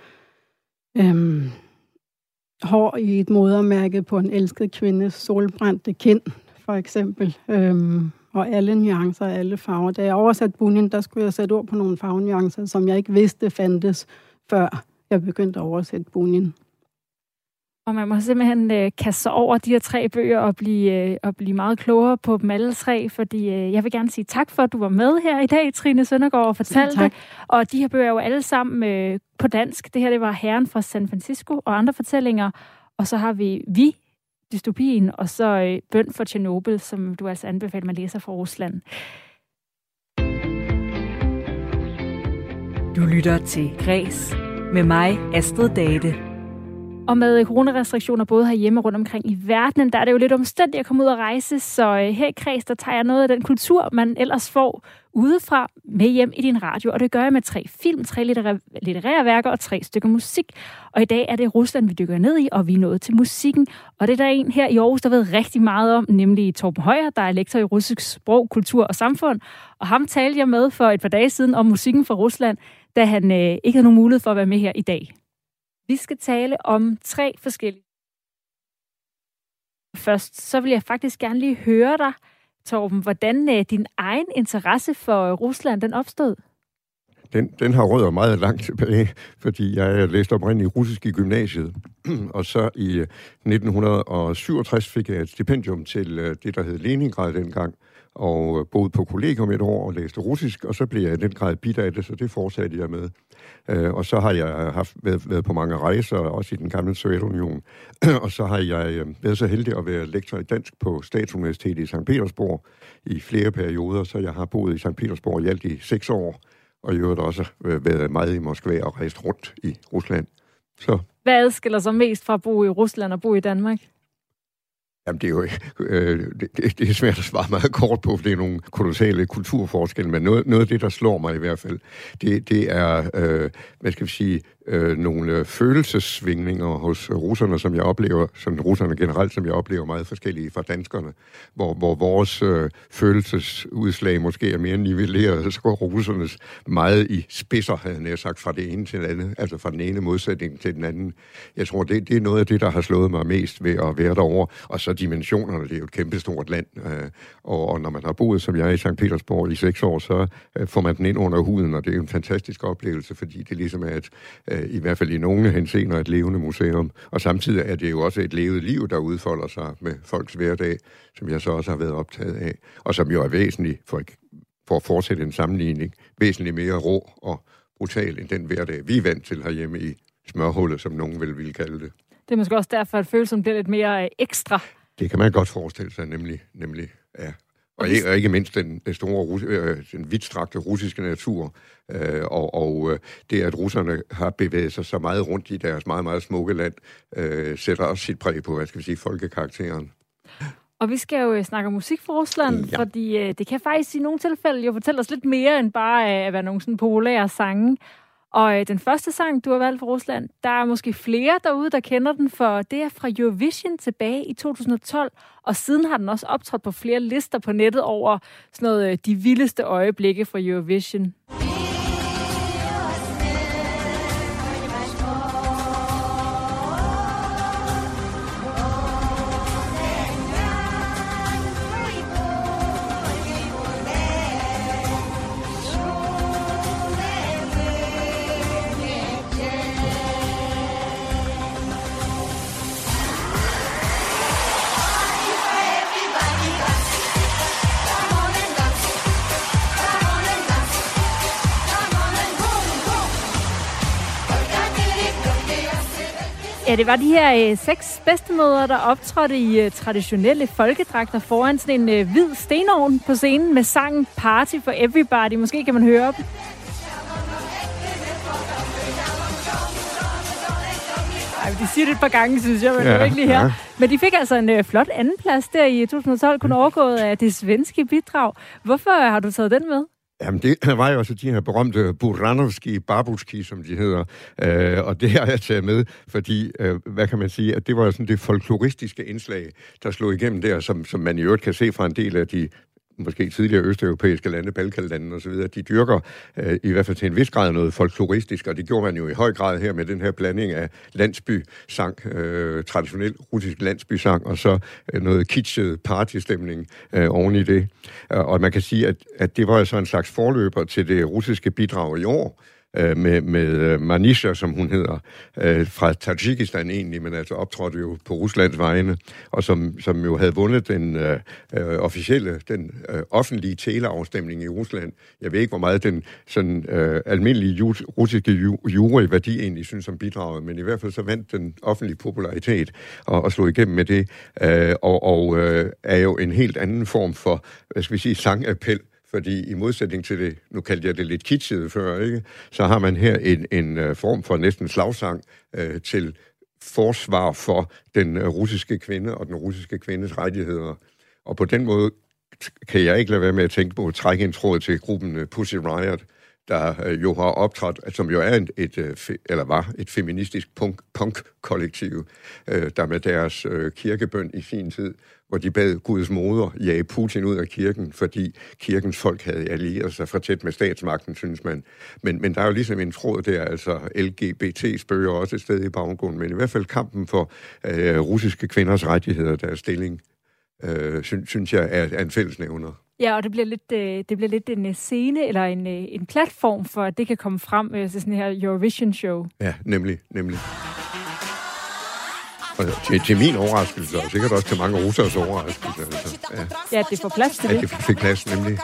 Hår i et modermærke på en elsket kvindes solbrændte kind, for eksempel. Og alle nuancer, alle farver. Da jeg oversatte Bunin, der skulle jeg sætte ord på nogle farvenuancer, som jeg ikke vidste fandtes, før jeg begyndte at oversætte Bunin. Og man må simpelthen kaste sig over de her 3 bøger og blive meget klogere på dem alle 3, fordi jeg vil gerne sige tak for, at du var med her i dag, Trine Søndergaard, og fortalte det. Og de her bøger er jo alle sammen på dansk. Det her, det var Herren fra San Francisco og andre fortællinger. Og så har vi dystopien, og så Bøn for Tjernobyl, som du altså anbefaler, man læser fra Rusland. Du lytter til Græs med mig, Astrid Date. Og med coronarestriktioner både herhjemme og rundt omkring i verden, der er det jo lidt omstændigt at komme ud og rejse, så her i Kreds, der tager jeg noget af den kultur, man ellers får udefra med hjem i din radio. Og det gør jeg med 3 film, 3 litterære værker og 3 stykker musik. Og i dag er det Rusland, vi dykker ned i, og vi er nået til musikken. Og det er der en her i Aarhus, der ved rigtig meget om, nemlig Torben Højer, der er lektor i russisk sprog, kultur og samfund. Og ham talte jeg med for et par dage siden om musikken fra Rusland, da han ikke havde nogen mulighed for at være med her i dag. Vi skal tale om 3 forskellige. Først, så vil jeg faktisk gerne lige høre dig, Torben, hvordan din egen interesse for Rusland, den opstod? Den har rødder meget langt tilbage, fordi jeg læste oprindeligt russisk i gymnasiet. Og så i 1967 fik jeg et stipendium til det, der hed Leningrad dengang, og boede på kollegium et år og læste russisk, og så blev jeg i den grad bidt af det, så det fortsatte jeg med. Og så har jeg været på mange rejser, også i den gamle Sovjetunion, og så har jeg været så heldig at være lektor i dansk på Statsuniversitetet i Sankt Petersborg i flere perioder, så jeg har boet i Sankt Petersborg i alt i 6 år, og i øvrigt også været meget i Moskva og rejst rundt i Rusland. Så. Hvad adskiller sig mest fra at bo i Rusland og bo i Danmark? Jamen, det er jo det er svært at svare meget kort på, for det er nogle kolossale kulturforskelle, men noget af det, der slår mig i hvert fald, det er, hvad skal vi sige, nogle følelsessvingninger hos russerne, som jeg oplever, som russerne generelt, som jeg oplever meget forskellige fra danskerne, hvor vores følelsesudslag måske er mere nivelleret, så går russernes meget i spidser, havde jeg sagt, fra det ene til det andet, altså fra den ene modsætning til den anden. Jeg tror, det er noget af det, der har slået mig mest ved at være derovre, og så dimensionerne, det er jo et kæmpestort land, og når man har boet, som jeg i Sankt Petersborg i 6 år, så får man den ind under huden, og det er jo en fantastisk oplevelse, fordi det ligesom er i hvert fald i nogle henseender et levende museum. Og samtidig er det jo også et levet liv, der udfolder sig med folks hverdag, som jeg så også har været optaget af, og som jo er væsentligt for at fortsætte en sammenligning, væsentligt mere rå og brutal end den hverdag, vi er vant til herhjemme i smørhullet, som nogen ville kalde det. Det er måske også derfor, at følelsen bliver lidt mere ekstra. Det kan man godt forestille sig, nemlig ja. Og ikke mindst den store, den vidtstrakte russiske natur, og det, at russerne har bevæget sig så meget rundt i deres meget, meget smukke land, sætter også sit præg på, hvad skal vi sige, folkekarakteren. Og vi skal jo snakke om musik fra Rusland, fordi det kan faktisk i nogle tilfælde jo fortælle os lidt mere end bare at være nogle sådan populære sange. Og den første sang, du har valgt fra Rusland, der er måske flere derude, der kender den, for det er fra Eurovision tilbage i 2012, og siden har den også optrådt på flere lister på nettet over sådan noget, de vildeste øjeblikke fra Eurovision. Ja, det var de her 6 bedstemødre, der optrådte i traditionelle folkedragter foran sådan en hvid stenovn på scenen med sangen Party for Everybody. Måske kan man høre dem. Ej, de siger det et par gange, synes jeg, men det er ikke lige her. Ja. Men de fik altså en flot andenplads der i 2012, kun overgået af det svenske bidrag. Hvorfor har du taget den med? Jamen, det var jo også de her berømte Buranovski, Babushki, som de hedder, og det har jeg taget med, fordi, hvad kan man sige, at det var sådan det folkloristiske indslag, der slog igennem der, som man i øvrigt kan se fra en del af de måske tidligere østeuropæiske lande, Balkanlande og så videre, de dyrker i hvert fald til en vis grad noget folkloristisk, og det gjorde man jo i høj grad her med den her blanding af landsbysang, traditionel russisk landsbysang, og så noget kitschet partystemning oven i det. Og man kan sige, at det var så en slags forløber til det russiske bidrag i år, med Manisha, som hun hedder, fra Tajikistan egentlig, men altså optrådte jo på Ruslands vegne, og som jo havde vundet den offentlige teleafstemning i Rusland. Jeg ved ikke, hvor meget den sådan almindelige russiske jury, hvad de egentlig synes om bidraget, men i hvert fald så vandt den offentlige popularitet og slog igennem med det, og er jo en helt anden form for, hvad skal vi sige, sangappel. Fordi i modsætning til det, nu kaldte jeg det lidt kitschede før, ikke? Så har man her en form for næsten slagsang til forsvar for den russiske kvinde og den russiske kvindes rettigheder. Og på den måde kan jeg ikke lade være med at tænke på at trække en tråd til gruppen Pussy Riot, der jo har optrådt, som jo er var et feministisk punk-kollektiv, der med deres kirkebøn i sin tid, hvor de bad Guds moder jage Putin ud af kirken, fordi kirkens folk havde allieret sig for tæt med statsmagten, synes man. Men der er jo ligesom en tråd der, altså LGBT spørger også et sted i baggrunden, men i hvert fald kampen for russiske kvinders rettigheder, deres stilling, synes jeg er en fællesnævner. Ja, og det bliver lidt en scene eller en platform for, at det kan komme frem til sådan her Eurovision-show. Ja, nemlig. Og til min overraskelse, og sikkert også til mange russers overraskelse. Altså. Ja, det får plads til det. Ja, det fik plads, nemlig.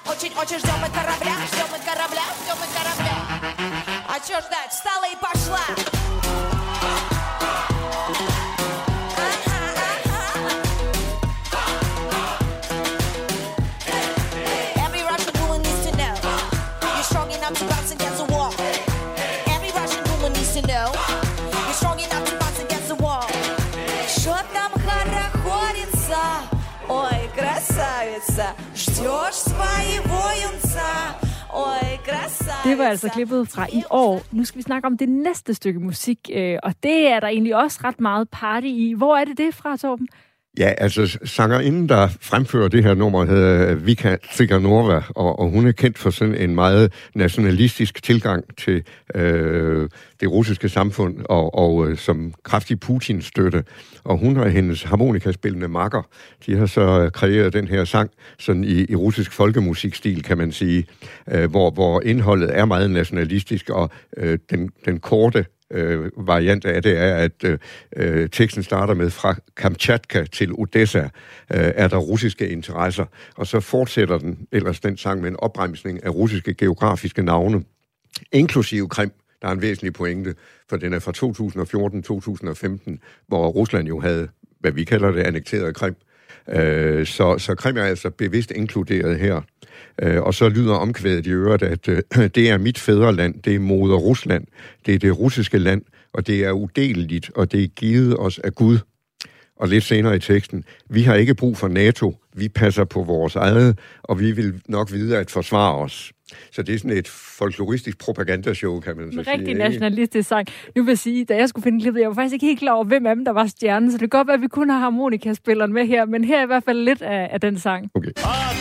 Det var altså klippet fra i år. Nu skal vi snakke om det næste stykke musik, og det er der egentlig også ret meget party i. Hvor er det fra, Torben? Ja, altså sangerinden, der fremfører det her nummer, hedder Vika Tsiganova, og hun er kendt for sådan en meget nationalistisk tilgang til det russiske samfund, og som kraftig Putin-støtte. Og hun og hendes harmonikaspillende makker, de har så kreeret den her sang sådan i russisk folkemusikstil, kan man sige, hvor indholdet er meget nationalistisk, og den korte variant af det er, at teksten starter med fra Kamchatka til Odessa er der russiske interesser, og så fortsætter den sang med en opremsning af russiske geografiske navne, inklusive Krim. Der er en væsentlig pointe, for den er fra 2014-2015, hvor Rusland jo havde, hvad vi kalder det, annekteret Krim. Så Krim er altså bevidst inkluderet her. Og så lyder omkvædet i øret, at det er mit fædreland, det er moder Rusland, det er det russiske land, og det er udeleligt, og det er givet os af Gud. Og lidt senere i teksten, vi har ikke brug for NATO, vi passer på vores eget, og vi vil nok vide at forsvare os. Så det er sådan et folkloristisk propagandashow, kan man så sige. En rigtig nationalistisk sang. Nu vil jeg sige, da jeg skulle finde klippet, jeg var faktisk ikke helt klar over, hvem af dem, der var stjernen, så det kan godt være, at vi kun har harmonikaspilleren med her, men her er i hvert fald lidt af den sang. Okay.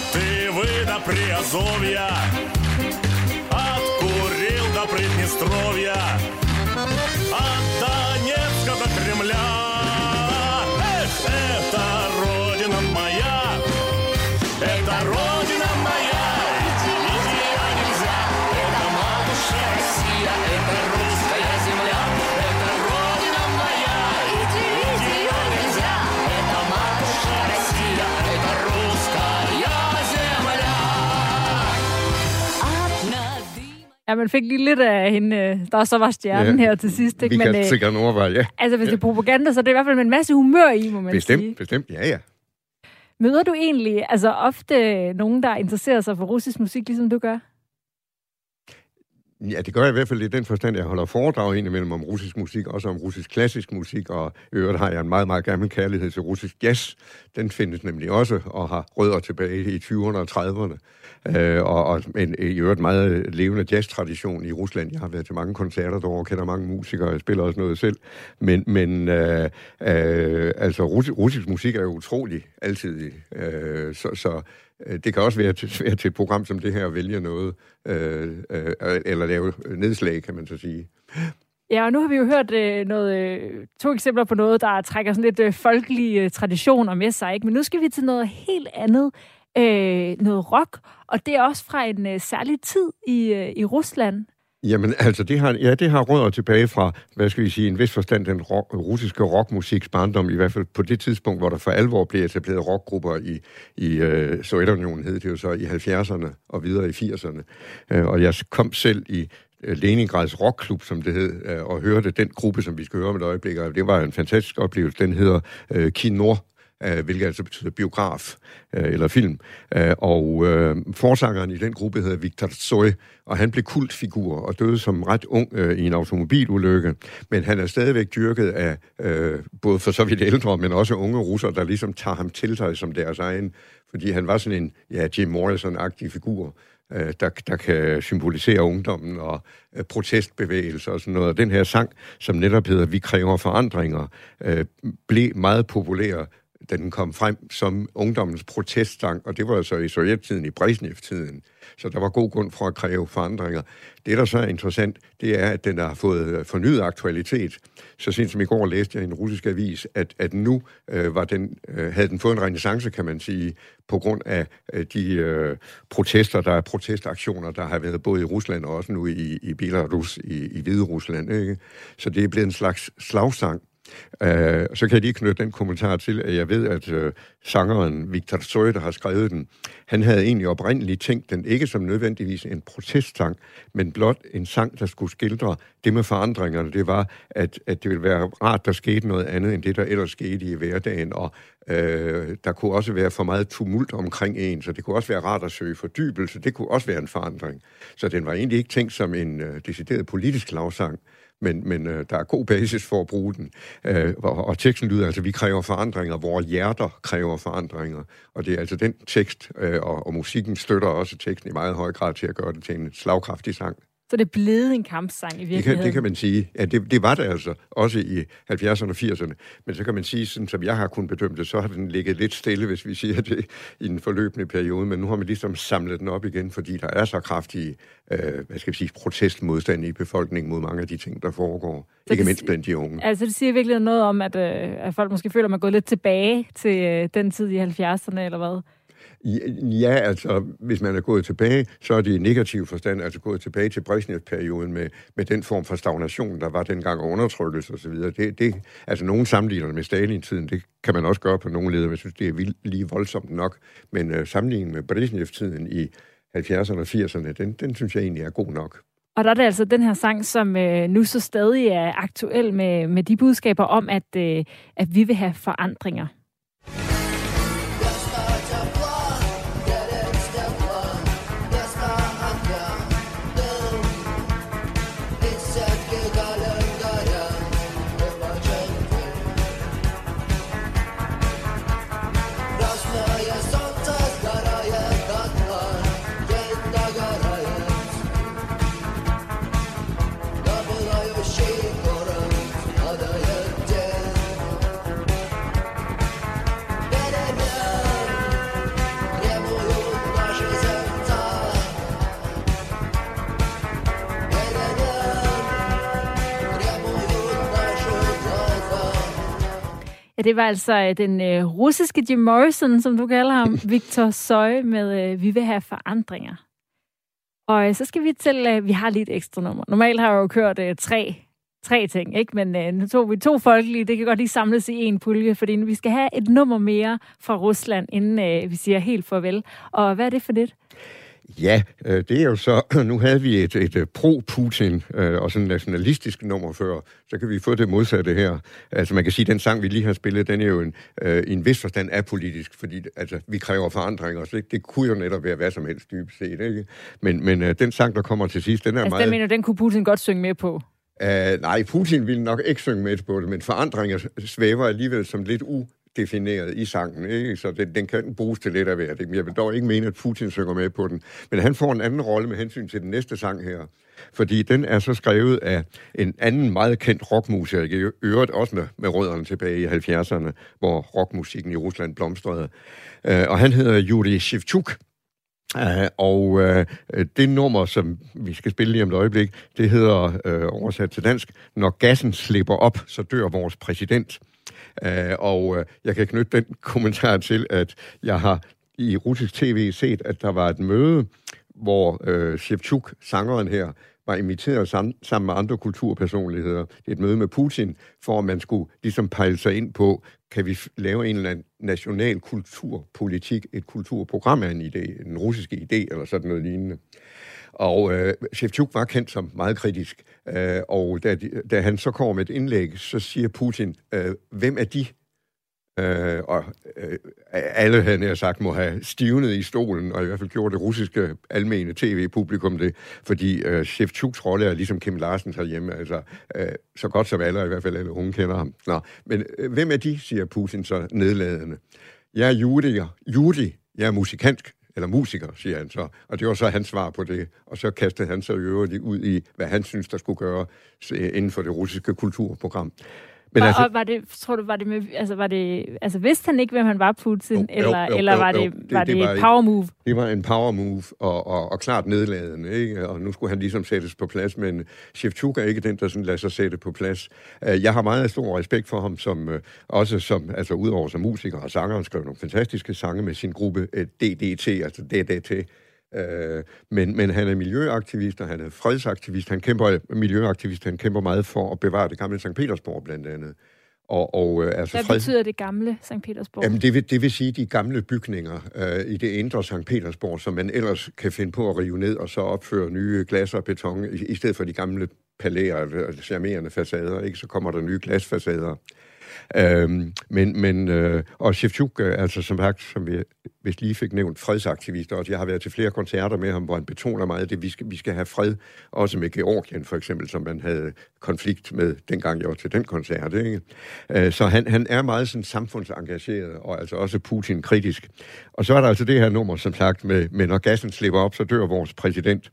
Ja, man fik lige lidt af hende, der så var stjernen her til sidst. Ikke? Vi kan sikkert overveje, ja. Altså, hvis det er propaganda, så er det i hvert fald med en masse humør i, må man sige. Bestemt, ja. Møder du egentlig ofte nogen, der interesserer sig for russisk musik, ligesom du gør? Ja, det gør jeg i hvert fald i den forstand, jeg holder foredrag indimellem om russisk musik, også om russisk klassisk musik, og i øvrigt har jeg en meget, meget gammel kærlighed til russisk jazz. Den findes nemlig også, og har rødder tilbage i 20'erne og 30'erne. Og i øvrigt meget levende jazztradition i Rusland. Jeg har været til mange koncerter derovre, kender mange musikere, jeg spiller også noget selv. Men altså russisk musik er jo utrolig altid. Så det kan også være svært til et program som det her at vælge noget, eller lave nedslag, kan man så sige. Ja, og nu har vi jo hørt to eksempler på noget, der trækker sådan lidt folkelige traditioner med sig, ikke? Men nu skal vi til noget helt andet, noget rock, og det er også fra en særlig tid i Rusland. Jamen, altså, det har rødder tilbage fra, hvad skal vi sige, en vis forstand den russiske rockmusiks barndom, i hvert fald på det tidspunkt, hvor der for alvor blev etableret rockgrupper i Sovjetunionen, hed det jo så, i 70'erne og videre i 80'erne. Og jeg kom selv i Leningrads rockklub, som det hed, og hørte den gruppe, som vi skal høre om et øjeblik, og det var en fantastisk oplevelse. Den hedder Kino, hvilket altså betyder biograf eller film. Og forsangeren i den gruppe hedder Viktor Tsoi, og han blev kultfigur og døde som ret ung i en automobilulykke. Men han er stadigvæk dyrket af både for så vidt ældre, men også unge russere, der ligesom tager ham til sig som deres egen, fordi han var sådan en Jim Morrison-agtig figur, der kan symbolisere ungdommen og protestbevægelser og sådan noget. Og den her sang, som netop hedder Vi kræver forandringer, blev meget populær, da den kom frem som ungdommens protestsang, og det var så i sovjettiden, i Brezhnev-tiden. Så der var god grund for at kræve forandringer. Det, der så er interessant, det er, at den har fået fornyet aktualitet. Så sent som i går læste jeg i en russisk avis, at nu havde den fået en renæssance, kan man sige, på grund af de protester, der er protestaktioner, der har været både i Rusland og også nu i Belarus, i Hvide Rusland. Ikke? Så det er blevet en slags slagsang. Så kan jeg lige knytte den kommentar til, at jeg ved, at sangeren Viktor Tsoi, der har skrevet den, han havde egentlig oprindeligt tænkt den ikke som nødvendigvis en protestsang, men blot en sang, der skulle skildre det med forandringerne. Det var, at det ville være rart, der skete noget andet, end det, der ellers skete i hverdagen, og der kunne også være for meget tumult omkring en, så det kunne også være rart at søge fordybelse, det kunne også være en forandring. Så den var egentlig ikke tænkt som en decideret politisk slagsang, men der er god basis for at bruge den. Og teksten lyder altså, vi kræver forandringer, vores hjerter kræver forandringer. Og det er altså den tekst, og musikken støtter også teksten i meget høj grad til at gøre det til en slagkraftig sang. Så det er blevet en kampsang i virkeligheden? Det kan man sige. Ja, det var det altså, også i 70'erne og 80'erne. Men så kan man sige, sådan som jeg har kunnet bedømme det, så har den ligget lidt stille, hvis vi siger det, i den forløbende periode. Men nu har man ligesom samlet den op igen, fordi der er så kraftige, protestmodstand i befolkningen mod mange af de ting, der foregår. Så ikke mindst blandt de unge. Altså det siger virkelig noget om, at folk måske føler, at man er gået lidt tilbage til den tid i 70'erne, eller hvad? Ja, altså, hvis man er gået tilbage, så er det i negativ forstand, altså gået tilbage til Brezhnev-perioden med den form for stagnation, der var dengang, og undertrykkelse osv. Altså, nogen sammenligner med Stalin-tiden, det kan man også gøre på nogle leder, men jeg synes, det er lige voldsomt nok. Men sammenligningen med Brezhnev-tiden i 70'erne og 80'erne, den synes jeg egentlig er god nok. Og der er det altså den her sang, som nu så stadig er aktuel med de budskaber om, at vi vil have forandringer. Ja, det var altså den russiske Jim Morrison, som du kalder ham, Viktor Tsoi, med Vi vil have forandringer. Og så skal vi til, vi har lige et ekstra nummer. Normalt har jeg jo kørt tre ting, ikke? Men nu tog vi 2 folkelige, det kan godt lige samles i en pulje, fordi vi skal have et nummer mere fra Rusland, inden vi siger helt farvel. Og hvad er det for det? Ja, det er jo så, nu havde vi et pro-Putin og sådan et nationalistisk nummer før, så kan vi få det modsatte her. Altså man kan sige, at den sang, vi lige har spillet, den er jo i en vis forstand apolitisk, fordi altså, vi kræver forandringer, så det kunne jo netop være hvad som helst dybest set, ikke? Men den sang, der kommer til sidst, den er meget... Altså den kunne Putin godt synge med på? Nej, Putin ville nok ikke synge med på det, men forandringer svæver alligevel som lidt defineret i sangen, ikke? Så den kan bruges til lidt af hvert. Jeg vil dog ikke mene, at Putin synger med på den. Men han får en anden rolle med hensyn til den næste sang her. Fordi den er så skrevet af en anden meget kendt rockmusiker, i øvrigt også med rødderne tilbage i 70'erne, hvor rockmusikken i Rusland blomstrede. Og han hedder Yuri Shevchuk. Og det nummer, som vi skal spille lige om et øjeblik, det hedder oversat til dansk: Når gassen slipper op, så dør vores præsident. Og jeg kan knytte den kommentar til, at jeg har i russisk tv set, at der var et møde, hvor Shevchuk, sangeren her, var inviteret sammen med andre kulturpersonligheder i et møde med Putin, for at man skulle ligesom pejle sig ind på, kan vi lave en eller anden national kulturpolitik, et kulturprogram af en idé, en russiske idé, eller sådan noget lignende. Og Shevchuk var kendt som meget kritisk, og da han så kommer med et indlæg, så siger Putin, hvem er de? Alle, havde nær sagt, må have stivnet i stolen, og i hvert fald gjorde det russiske almene tv-publikum det, fordi Shevchuks rolle er ligesom Kim Larsen herhjemme, altså så godt som alle, i hvert fald alle unge kender ham. Nå, men hvem er de, siger Putin så nedladende. Jeg er judi, jeg er musiker, siger han så. Og det var så hans svar på det. Og så kastede han sig i øvrigt ud i, hvad han synes, der skulle gøre inden for det russiske kulturprogram. Men og var det, tror du, vidste han ikke, hvem han var, Putin, eller var det et power move? Det var en power move, og klart nedladende, ikke? Og nu skulle han ligesom sættes på plads, men Shevchuk er ikke den, der sådan lader sig sætte på plads. Jeg har meget stor respekt for ham, altså udover som musiker og sanger, han skrev nogle fantastiske sange med sin gruppe DDT, altså DDT. Men han er miljøaktivist, og han er fredsaktivist. Han kæmper meget for at bevare det gamle Sankt Petersborg, blandt andet. Hvad betyder det gamle Sankt Petersborg? Jamen, det vil sige de gamle bygninger i det indre Sankt Petersborg, som man ellers kan finde på at rive ned og så opføre nye glas og beton, i stedet for de gamle palæer, charmerende facader, ikke? Så kommer der nye glasfacader. Og Shevchuk, altså som vi vist lige fik nævnt, fredsaktivister også. Jeg har været til flere koncerter med ham, hvor han betoner meget det, vi skal have fred, også med Georgien for eksempel, som man havde konflikt med, dengang jeg var til den koncert, ikke? Så han er meget sådan samfundsengageret, og altså også Putin-kritisk. Og så er der altså det her nummer, som sagt, med når gassen slipper op, så dør vores præsident.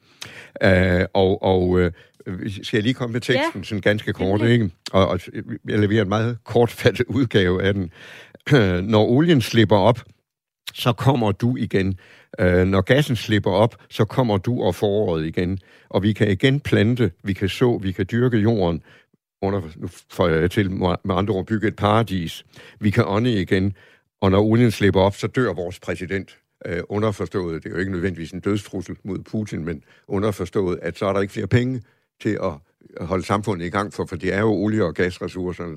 Skal jeg lige komme med teksten, sådan ganske kort, ikke? Og jeg leverer en meget kortfattet udgave af den. Når olien slipper op, så kommer du igen. Når gassen slipper op, så kommer du og foråret igen. Og vi kan igen plante, vi kan så, vi kan dyrke jorden. Nu får jeg til med andre ord bygge et paradis. Vi kan ånde igen. Og når olien slipper op, så dør vores præsident. Underforstået, det er jo ikke nødvendigvis en dødstrussel mod Putin, men underforstået, at så er der ikke flere penge til at holde samfundet i gang, for det er jo olie- og gasressourcerne,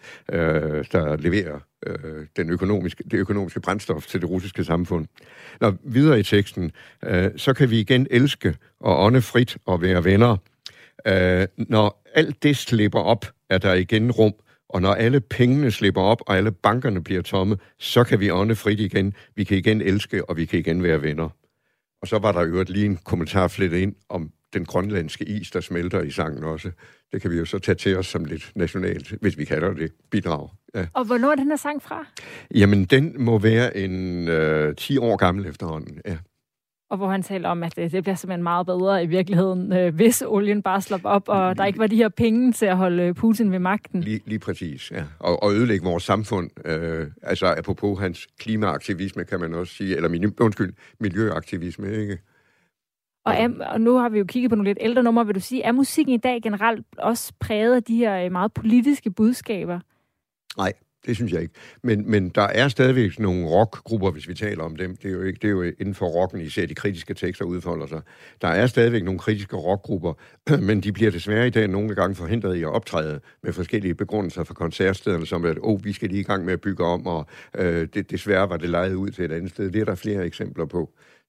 der leverer det økonomiske brændstof til det russiske samfund. Når videre i teksten, så kan vi igen elske og ånde frit og være venner. Når alt det slipper op, er der igen rum, og når alle pengene slipper op, og alle bankerne bliver tomme, så kan vi ånde frit igen. Vi kan igen elske, og vi kan igen være venner. Og så var der jo lige en kommentar flettet ind om den grønlandske is, der smelter i sangen også. Det kan vi jo så tage til os som lidt nationalt, hvis vi kalder det bidrag. Ja. Og hvornår er den her sang fra? Jamen, den må være en 10 år gammel efterhånden, ja. Og hvor han taler om, at det bliver simpelthen meget bedre i virkeligheden, hvis olien bare slår op, og der ikke var de her penge til at holde Putin ved magten. Lige præcis, ja. Og ødelægge vores samfund. Altså apropos hans klimaaktivisme, kan man også sige, eller miljøaktivisme, ikke? Og nu har vi jo kigget på nogle lidt ældre numre. Vil du sige, er musikken i dag generelt også præget af de her meget politiske budskaber? Nej, det synes jeg ikke. Men der er stadigvæk nogle rockgrupper, hvis vi taler om dem. Det er jo inden for rocken, især de kritiske tekster udfolder sig. Der er stadigvæk nogle kritiske rockgrupper, men de bliver desværre i dag nogle gange forhindret i at optræde med forskellige begrundelser for koncertstederne, som at, vi skal lige i gang med at bygge om, og desværre var det lejet ud til et andet sted. Det er der flere eksempler på.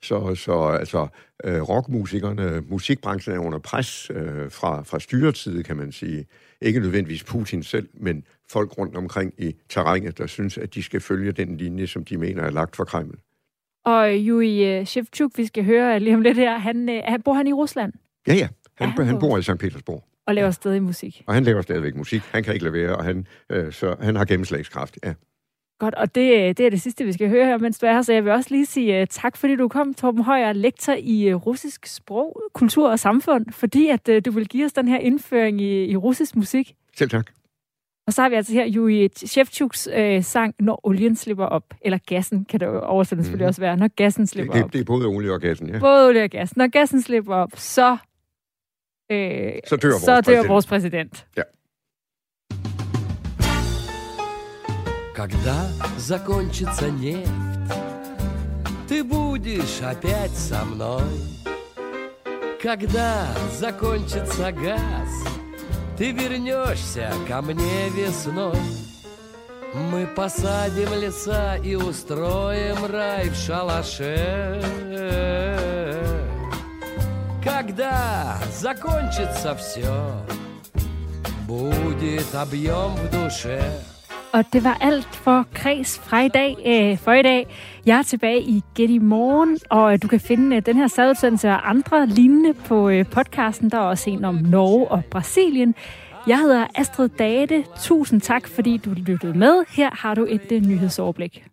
Så rockmusikerne, musikbranchen er under pres fra styretid, kan man sige. Ikke nødvendigvis Putin selv, men folk rundt omkring i terrænet, der synes, at de skal følge den linje, som de mener er lagt for Kreml. Og Yuri Shevchuk, vi skal høre lige om lidt her, bor han i Rusland? Ja. Han bor i Sankt Petersborg. Og laver stadig musik? Og han laver stadigvæk musik. Han kan ikke levere, og han har gennemslagskraft, ja. Godt, og det er det sidste, vi skal høre her, mens du er her. Så jeg vil også lige sige tak, fordi du kom, Torben Højer, lektor i russisk sprog, kultur og samfund, fordi at du vil give os den her indføring i russisk musik. Selv tak. Og så har vi altså her Yuri Shevchuks sang, Når olien slipper op. Eller gassen, kan det jo oversættes selvfølgelig også være. Når gassen slipper op. Det er både olie og gassen, ja. Både olie og gassen. Når gassen slipper op, så dør vores præsident. Ja. Когда закончится нефть, ты будешь опять со мной. когда закончится газ, ты вернешься ко мне весной. Мы посадим леса и устроим рай в шалаше. Когда закончится все, будет объем в душе. Og det var alt for Kreds for i dag. Jeg er tilbage igen i morgen, og du kan finde den her særudsendelse og andre lignende på podcasten. Der er også en om Norge og Brasilien. Jeg hedder Astrid Date. Tusind tak, fordi du lyttede med. Her har du et nyhedsoverblik.